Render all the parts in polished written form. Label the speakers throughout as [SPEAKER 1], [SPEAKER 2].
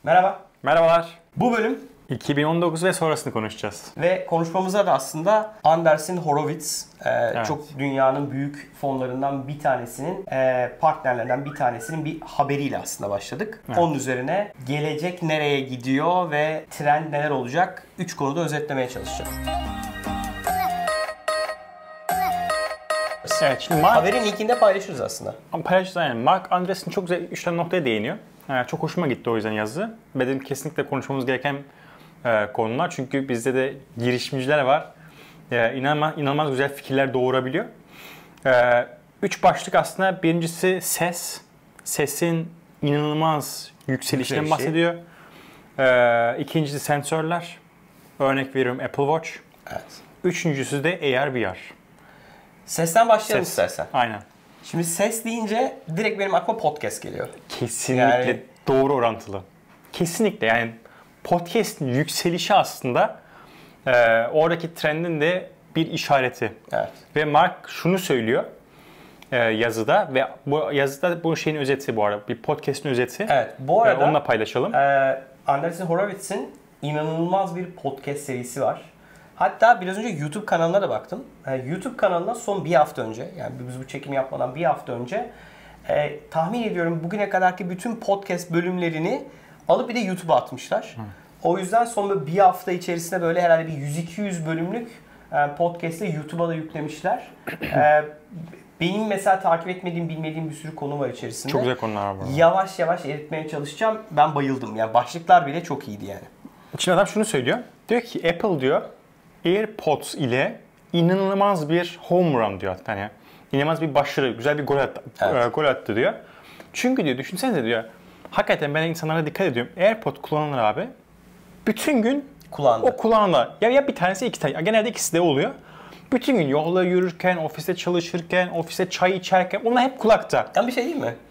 [SPEAKER 1] Merhaba.
[SPEAKER 2] Merhabalar.
[SPEAKER 1] Bu bölüm
[SPEAKER 2] 2019 ve sonrasını konuşacağız.
[SPEAKER 1] ve konuşmamıza da aslında Andreessen Horowitz, çok dünyanın büyük fonlarından bir tanesinin, partnerlerinden bir tanesinin bir haberiyle aslında başladık.
[SPEAKER 2] Evet.
[SPEAKER 1] Onun üzerine gelecek nereye gidiyor ve trend neler olacak 3 konuda özetlemeye çalışacağım.
[SPEAKER 2] Evet, şimdi
[SPEAKER 1] Haberin linkinde paylaşırız aslında.
[SPEAKER 2] Mark Andreessen çok güzel 3 tane noktaya değiniyor. Çok hoşuma gitti o yüzden yazı. Benim kesinlikle konuşmamız gereken konular. Çünkü bizde de girişimciler var. İnanılmaz güzel fikirler doğurabiliyor. 3 başlık aslında. Birincisi ses. Sesin inanılmaz yükselişinden bahsediyor. İkincisi sensörler. Örnek veriyorum Apple Watch.
[SPEAKER 1] Evet.
[SPEAKER 2] Üçüncüsü de AR VR.
[SPEAKER 1] Sesten başlayalım istersen.
[SPEAKER 2] Aynen.
[SPEAKER 1] Şimdi ses deyince direkt benim aklıma podcast geliyor.
[SPEAKER 2] Kesinlikle
[SPEAKER 1] Yani-
[SPEAKER 2] doğru orantılı. Kesinlikle yani podcast'in yükselişi aslında oradaki trendin de bir işareti.
[SPEAKER 1] Evet.
[SPEAKER 2] Ve Mark şunu söylüyor yazıda ve bu yazıda bu şeyin özeti bu arada. Bir podcast'in özeti.
[SPEAKER 1] Evet. Bu arada
[SPEAKER 2] Onunla paylaşalım.
[SPEAKER 1] Andreessen Horowitz'in inanılmaz bir podcast serisi var. Hatta biraz önce YouTube kanalına da baktım. YouTube kanalına son bir hafta önce, yani biz bu çekimi yapmadan bir hafta önce tahmin ediyorum bugüne kadarki bütün podcast bölümlerini alıp bir de YouTube'a atmışlar. O yüzden son bir hafta içerisinde böyle herhalde bir 100-200 bölümlük podcast'ı YouTube'a da yüklemişler. Benim mesela takip etmediğim, bilmediğim bir sürü konu var içerisinde.
[SPEAKER 2] Çok güzel konular var burada.
[SPEAKER 1] Yavaş yavaş eritmeye çalışacağım. Ben bayıldım. Yani başlıklar bile çok iyiydi yani.
[SPEAKER 2] Şimdi adam şunu söylüyor. Diyor ki Apple diyor AirPods ile inanılmaz bir home run diyor. Yani inanılmaz bir başarı, güzel bir gol attı,
[SPEAKER 1] Evet.
[SPEAKER 2] gol attı diyor. Çünkü diyor düşünsenize diyor. Hakikaten ben insanlara dikkat ediyorum. AirPod kullananlar abi bütün gün
[SPEAKER 1] Kulağında.
[SPEAKER 2] o kulağında ya bir tanesi iki tane. Genelde ikisi de oluyor. Bütün gün yolda yürürken, ofiste çalışırken, ofiste çay içerken onlar hep kulakta.
[SPEAKER 1] Ben bir şey diyeyim mi?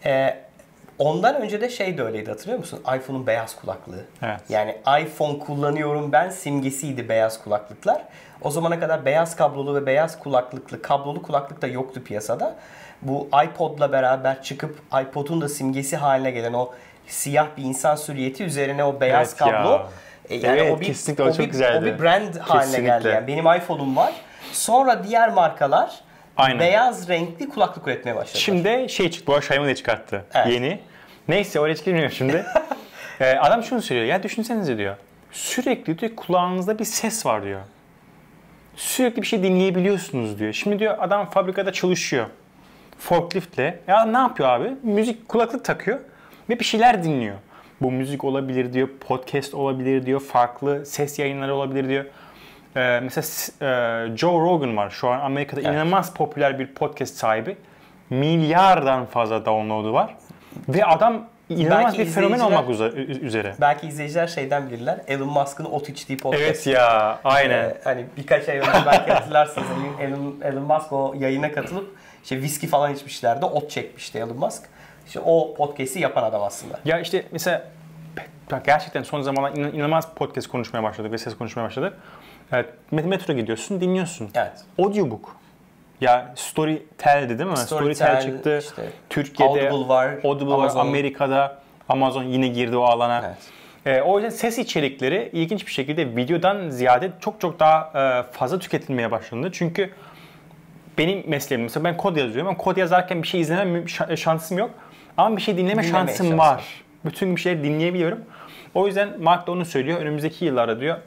[SPEAKER 1] Ondan önce de şey de öyleydi, hatırlıyor musun? iPhone'un beyaz kulaklığı.
[SPEAKER 2] Evet.
[SPEAKER 1] Yani iPhone kullanıyorum ben simgesiydi beyaz kulaklıklar. O zamana kadar beyaz kablolu ve beyaz kulaklıklı, kablolu kulaklık da yoktu piyasada. Bu iPod'la beraber çıkıp iPod'un da simgesi haline gelen o siyah bir insan silüeti üzerine o beyaz
[SPEAKER 2] Evet
[SPEAKER 1] kablo.
[SPEAKER 2] ya.
[SPEAKER 1] Yani
[SPEAKER 2] Evet,
[SPEAKER 1] o bir,
[SPEAKER 2] kesinlikle o çok güzeldi.
[SPEAKER 1] O bir brand haline
[SPEAKER 2] Kesinlikle.
[SPEAKER 1] geldi. Yani benim iPhone'um var. Sonra diğer markalar
[SPEAKER 2] Aynen.
[SPEAKER 1] beyaz renkli kulaklık üretmeye başladılar.
[SPEAKER 2] Şimdi şey çıktı, bu arada Xiaomi de çıkarttı
[SPEAKER 1] Evet.
[SPEAKER 2] yeni. Neyse oraya çıkmıyorum şimdi. Adam şunu söylüyor, ya düşünsenize diyor. Sürekli diyor kulağınızda bir ses var diyor. Sürekli bir şey dinleyebiliyorsunuz diyor. Şimdi diyor adam fabrikada çalışıyor. Forkliftle. Ya ne yapıyor abi? Müzik kulaklık takıyor ve bir şeyler dinliyor. Bu müzik olabilir diyor, podcast olabilir diyor, farklı ses yayınları olabilir diyor. Mesela Joe Rogan var şu an Amerika'da inanılmaz popüler bir podcast sahibi. Milyardan fazla download'u var. Ve adam inanılmaz
[SPEAKER 1] Belki
[SPEAKER 2] bir fenomen
[SPEAKER 1] izleyiciler-
[SPEAKER 2] olmak üzere.
[SPEAKER 1] Belki izleyiciler şeyden bilirler. Elon Musk'ın Ot içtiği podcast.
[SPEAKER 2] Evet ya, aynen.
[SPEAKER 1] Hani birkaç ay önce belki hatırlarsınız. Elon Musk o yayına katılıp işte viski falan içmişlerdi. Ot çekmişti Elon Musk. İşte o podcast'i yapan adam aslında.
[SPEAKER 2] Ya işte mesela bak gerçekten son zamanlarda inanılmaz podcast konuşmaya başladık ve ses konuşmaya başladık. Evet, metroya gidiyorsun, dinliyorsun.
[SPEAKER 1] Evet.
[SPEAKER 2] Audiobook. Ya Storytel'di değil mi? Storytel çıktı.
[SPEAKER 1] işte
[SPEAKER 2] Türkiye'de
[SPEAKER 1] Audible var. Amazon.
[SPEAKER 2] Amerika'da Amazon yine girdi o alana.
[SPEAKER 1] Evet.
[SPEAKER 2] O yüzden ses içerikleri ilginç bir şekilde videodan ziyade çok daha fazla tüketilmeye başlandı. Çünkü benim mesleğim mesela ben kod yazıyorum. Ben kod yazarken bir şey izleme şansım yok. Ama bir şey dinleme şansım var. Bütün bir şeyleri dinleyebiliyorum. O yüzden Mark da onu söylüyor. Önümüzdeki yıllarda diyor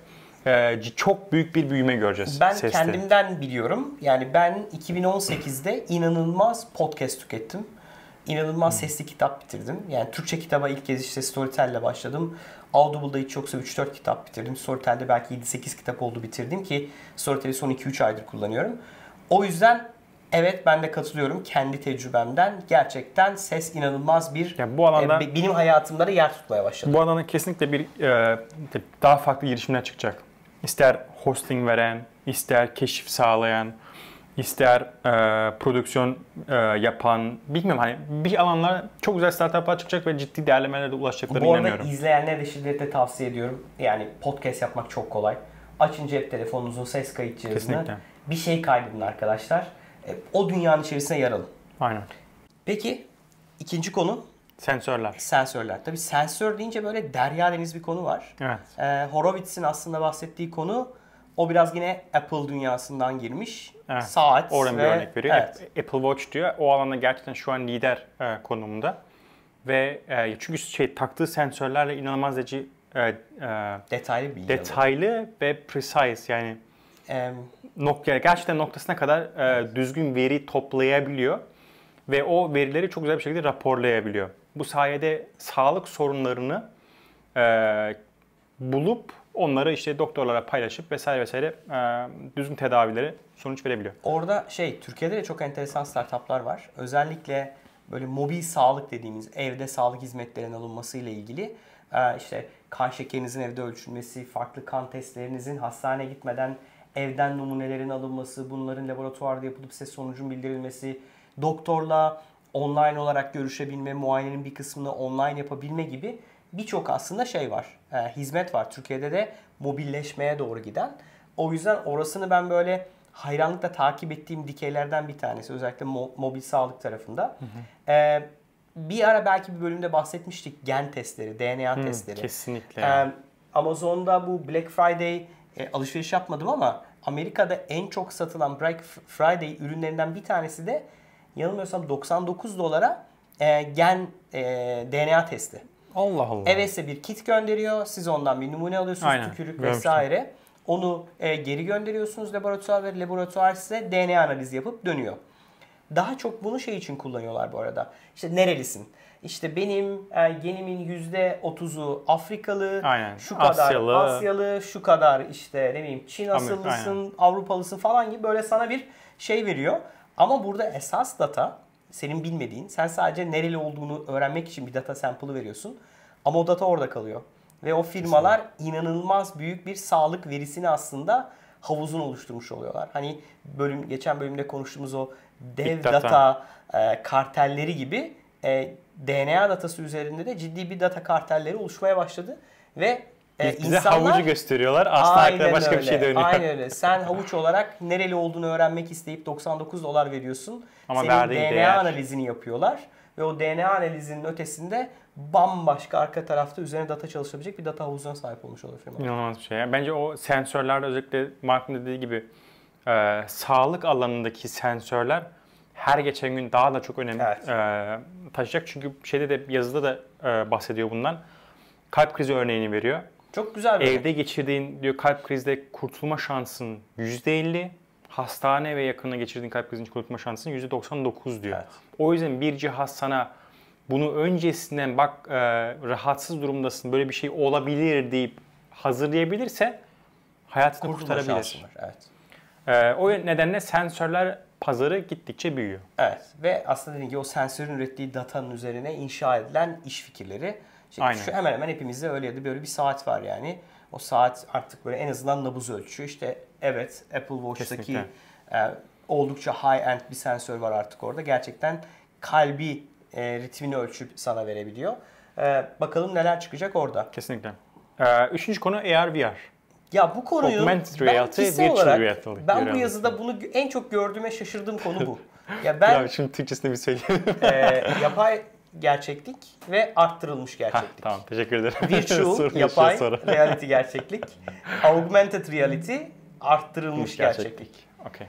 [SPEAKER 2] çok büyük bir büyüme göreceğiz
[SPEAKER 1] Ben
[SPEAKER 2] seste.
[SPEAKER 1] kendimden biliyorum. Yani ben 2018'de inanılmaz podcast tükettim. İnanılmaz sesli kitap bitirdim. Yani Türkçe kitaba ilk kez işte Storytel'le başladım. Audible'da hiç yoksa 3-4 kitap bitirdim. Storytel'de belki 7-8 kitap oldu bitirdim ki Storytel'i son 2-3 aydır kullanıyorum. O yüzden evet ben de katılıyorum kendi tecrübemden. Gerçekten ses inanılmaz bir
[SPEAKER 2] Yani bu alanda
[SPEAKER 1] benim hayatımda da yer tutmaya başladı.
[SPEAKER 2] bu alanda kesinlikle bir daha farklı girişimler çıkacak. İster hosting veren, ister keşif sağlayan, ister prodüksiyon yapan, bilmiyorum hani bir alanlar çok güzel startuplar çıkacak ve ciddi değerlemelere de ulaşacaklarına
[SPEAKER 1] Bu arada
[SPEAKER 2] inanıyorum.
[SPEAKER 1] izleyenlere de şiddetle tavsiye ediyorum. Yani podcast yapmak çok kolay. Açın cep telefonunuzun ses kayıt cihazını.
[SPEAKER 2] Kesinlikle.
[SPEAKER 1] Bir şey kaydedin arkadaşlar. O dünyanın içerisine yer alın.
[SPEAKER 2] Aynen.
[SPEAKER 1] Peki ikinci konu
[SPEAKER 2] Sensörler.
[SPEAKER 1] Sensörler. Tabii sensör deyince böyle derya deniz bir konu var.
[SPEAKER 2] Evet.
[SPEAKER 1] Horowitz'in aslında bahsettiği konu o biraz yine Apple dünyasından girmiş.
[SPEAKER 2] Evet.
[SPEAKER 1] Saat
[SPEAKER 2] Oradan bir
[SPEAKER 1] ve
[SPEAKER 2] örnek veriyor.
[SPEAKER 1] evet.
[SPEAKER 2] Apple Watch diyor. O alanda gerçekten şu an lider konumunda. Ve çünkü taktığı sensörlerle inanılmaz derece
[SPEAKER 1] detaylı bilgi
[SPEAKER 2] detaylı ve precise, yani gerçekten noktasına kadar düzgün veri toplayabiliyor ve o verileri çok güzel bir şekilde raporlayabiliyor. Bu sayede sağlık sorunlarını bulup onları işte doktorlara paylaşıp vesaire düzgün tedavileri sonuç verebiliyor.
[SPEAKER 1] Orada Türkiye'de de çok enteresan startuplar var. Özellikle böyle mobil sağlık dediğimiz evde sağlık hizmetlerinin alınması ile ilgili işte kan şekerinizin evde ölçülmesi, farklı kan testlerinizin hastaneye gitmeden evden numunelerin alınması, bunların laboratuvarda yapılıp size sonucun bildirilmesi, doktorla online olarak görüşebilme, muayenenin bir kısmını online yapabilme gibi birçok aslında var. Hizmet var. Türkiye'de de mobilleşmeye doğru giden. O yüzden orasını ben böyle hayranlıkla takip ettiğim dikeylerden bir tanesi. Özellikle mobil sağlık tarafında. Bir ara belki bir bölümde bahsetmiştik gen testleri, DNA testleri.
[SPEAKER 2] Kesinlikle.
[SPEAKER 1] Amazon'da bu Black Friday alışveriş yapmadım ama Amerika'da en çok satılan Black Friday ürünlerinden bir tanesi de yanılmıyorsam $99 gen DNA testi.
[SPEAKER 2] Allah Allah.
[SPEAKER 1] Eve size bir kit gönderiyor. Siz ondan bir numune alıyorsunuz.
[SPEAKER 2] Aynen.
[SPEAKER 1] Tükürük vesaire. Onu geri gönderiyorsunuz laboratuvar ve laboratuvar size DNA analizi yapıp dönüyor. Daha çok bunu için kullanıyorlar bu arada. İşte nerelisin? İşte benim genimin %30'u Afrikalı,
[SPEAKER 2] aynen.
[SPEAKER 1] şu kadar Asyalı, şu kadar işte ne bileyim Çin asıllısın, Avrupalısın falan gibi böyle sana bir veriyor. Ama burada esas data senin bilmediğin, sen sadece nereli olduğunu öğrenmek için bir data sample'ı veriyorsun. Ama o data orada kalıyor. Ve o firmalar inanılmaz büyük bir sağlık verisini aslında havuzun oluşturmuş oluyorlar. Hani geçen bölümde konuştuğumuz o dev data kartelleri gibi DNA datası üzerinde de ciddi bir data kartelleri oluşmaya başladı. Ve
[SPEAKER 2] bize havucu gösteriyorlar. Aslında arkada başka bir şey dönüyor.
[SPEAKER 1] Aynen öyle. Sen havuç olarak nereli olduğunu öğrenmek isteyip $99 veriyorsun.
[SPEAKER 2] Ama
[SPEAKER 1] senin DNA analizini yapıyorlar. Ve o DNA analizinin ötesinde bambaşka arka tarafta üzerine data çalışabilecek bir data havuzuna sahip olmuş oluyor firma.
[SPEAKER 2] İnanılmaz bir şey. Yani bence o sensörlerde özellikle Mark'ın dediği gibi sağlık alanındaki sensörler her geçen gün daha da çok önem taşıyacak. Çünkü yazıda da bahsediyor bundan. Kalp krizi örneğini veriyor.
[SPEAKER 1] Çok güzel bir
[SPEAKER 2] Evde geçirdiğin diyor kalp krizde kurtulma şansın %50. Hastane ve yakınına geçirdiğin kalp krizinin kurtulma şansın %99 diyor.
[SPEAKER 1] Evet.
[SPEAKER 2] O yüzden bir cihaz sana bunu öncesinden rahatsız durumdasın, böyle bir şey olabilir deyip hazırlayabilirse hayatını kurtarabilir.
[SPEAKER 1] Evet.
[SPEAKER 2] O nedenle sensörler pazarı gittikçe büyüyor.
[SPEAKER 1] Evet ve aslında dediğim gibi o sensörün ürettiği datanın üzerine inşa edilen iş fikirleri. Şu hemen hemen hepimizde öyle ya da böyle bir saat var yani. O saat artık böyle en azından nabız ölçüyor. İşte evet Apple Watch'taki oldukça high-end bir sensör var artık orada. Gerçekten kalbi ritmini ölçüp sana verebiliyor. Bakalım neler çıkacak orada.
[SPEAKER 2] Kesinlikle. Üçüncü konu AR VR.
[SPEAKER 1] Ya bu konuyu
[SPEAKER 2] Augmented reality, virtual reality.
[SPEAKER 1] Ben bu yazıda bunu en çok gördüğüme şaşırdığım konu bu. Ya ben
[SPEAKER 2] şimdi Türkçesini bir söyleyeyim.
[SPEAKER 1] Yapay gerçeklik ve arttırılmış gerçeklik.
[SPEAKER 2] Tamam, teşekkür ederim.
[SPEAKER 1] Virtual, yapay reality gerçeklik. Augmented reality, arttırılmış gerçeklik.
[SPEAKER 2] Okay.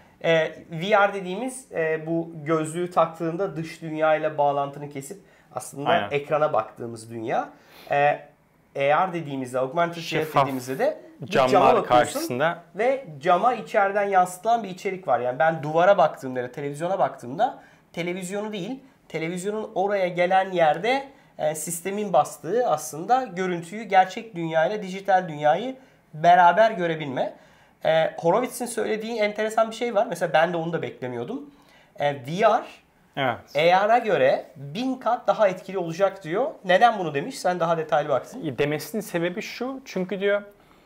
[SPEAKER 1] VR dediğimiz bu gözlüğü taktığında dış dünyayla bağlantını kesip aslında ekrana baktığımız dünya. AR dediğimizde, augmented reality dediğimizde de
[SPEAKER 2] camlar karşısında
[SPEAKER 1] ve cama içeriden yansıtılan bir içerik var. Yani ben duvara baktığımda ya da televizyona baktığımda televizyonu değil, televizyonun oraya gelen yerde sistemin bastığı aslında görüntüyü gerçek dünyayla dijital dünyayı beraber görebilme. Horowitz'in söylediği enteresan bir şey var. Mesela ben de onu da beklemiyordum. VR AR'a göre 1000 kat daha etkili olacak diyor. Neden bunu demiş? Sen daha detaylı baksın.
[SPEAKER 2] Demesinin sebebi şu. Çünkü diyor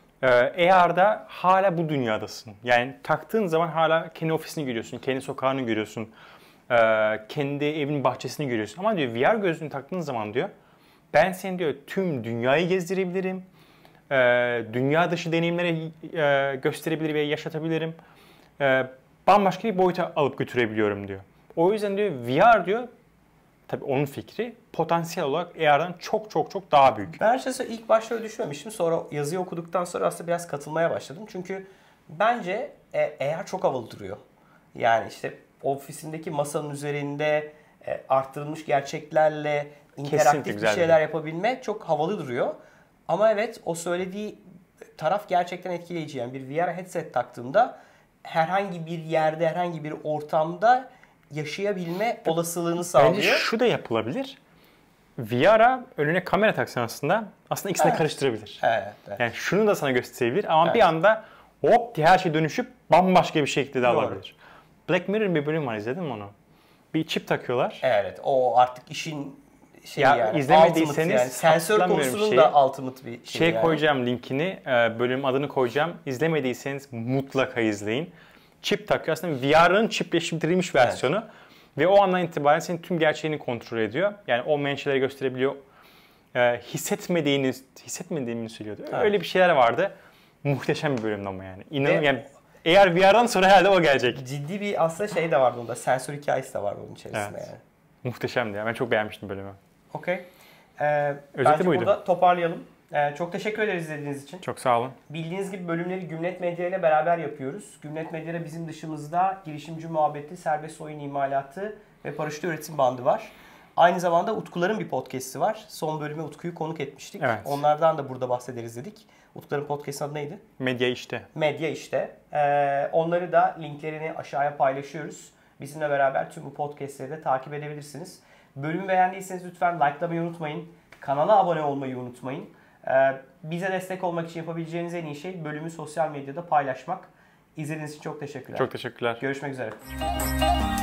[SPEAKER 2] AR'da hala bu dünyadasın. Yani taktığın zaman hala kendi ofisini görüyorsun, kendi sokağını görüyorsun, kendi evin bahçesini görüyorsun. Ama diyor VR gözlüğünü taktığın zaman diyor ben seni diyor tüm dünyayı gezdirebilirim. Dünya dışı deneyimleri gösterebilir ve yaşatabilirim. Bambaşka bir boyuta alıp götürebiliyorum diyor. O yüzden diyor VR diyor tabii onun fikri potansiyel olarak AR'dan çok çok çok daha büyük.
[SPEAKER 1] Ben açıkçası ilk başta öyle düşünmemiştim. Sonra yazıyı okuduktan sonra aslında biraz katılmaya başladım. Çünkü bence AR çok havalı duruyor. Yani işte ofisindeki masanın üzerinde arttırılmış gerçeklerle interaktif bir şeyler yapabilme çok havalı duruyor. Ama evet, o söylediği taraf gerçekten etkileyici. Yani bir VR headset taktığımda herhangi bir yerde, herhangi bir ortamda yaşayabilme olasılığını sağlıyor.
[SPEAKER 2] Bence şu da yapılabilir. VR'a önüne kamera taksan aslında ikisini karıştırabilir.
[SPEAKER 1] Evet.
[SPEAKER 2] Yani şunu da sana gösterebilir ama bir anda hop diye her şey dönüşüp bambaşka bir şekilde de alabilir. Black Mirror'ın bir bölüm var, izledin mi onu? Bir çip takıyorlar.
[SPEAKER 1] Evet, o artık işin yani.
[SPEAKER 2] İzlemediyseniz
[SPEAKER 1] yani. Sensör konusunun da ultimate bir şey yani.
[SPEAKER 2] Koyacağım linkini, bölüm adını koyacağım. İzlemediyseniz mutlaka izleyin. Çip takıyor. Aslında VR'ın çipleştirilmiş versiyonu. Evet. Ve o andan itibaren senin tüm gerçeğini kontrol ediyor. Yani olmayan şeyleri gösterebiliyor. Hissetmediğini söylüyordu. Evet. Öyle bir şeyler vardı. Muhteşem bir bölümdü ama yani. İnanın yani. Eğer VR'dan sonra herhalde o gelecek.
[SPEAKER 1] Ciddi bir aslında şey de vardı onda. Sensör hikayesi de vardı onun içerisinde
[SPEAKER 2] evet.
[SPEAKER 1] yani.
[SPEAKER 2] Muhteşemdi ya. Ben çok beğenmiştim bölümü.
[SPEAKER 1] Okey.
[SPEAKER 2] Özeti buydu.
[SPEAKER 1] Burada toparlayalım. Çok teşekkür ederiz izlediğiniz için.
[SPEAKER 2] Çok sağ olun.
[SPEAKER 1] Bildiğiniz gibi bölümleri Gümlet Medya ile beraber yapıyoruz. Gümlet Medya'da bizim dışımızda girişimci muhabbeti, serbest oyun imalatı ve paraşütü üretim bandı var. Aynı zamanda Utkuların bir podcast'i var. Son bölüme Utku'yu konuk etmiştik.
[SPEAKER 2] Evet.
[SPEAKER 1] Onlardan da burada bahsederiz dedik. Utkuların podcast'ın adı neydi?
[SPEAKER 2] Medya işte.
[SPEAKER 1] Medya işte. Onları da linklerini aşağıya paylaşıyoruz. Bizimle beraber tüm bu podcast'leri de takip edebilirsiniz. Bölümü beğendiyseniz lütfen likelamayı unutmayın. Kanala abone olmayı unutmayın. Bize destek olmak için yapabileceğiniz en iyi şey bölümü sosyal medyada paylaşmak. İzlediğiniz için çok teşekkürler.
[SPEAKER 2] Çok teşekkürler.
[SPEAKER 1] Görüşmek üzere.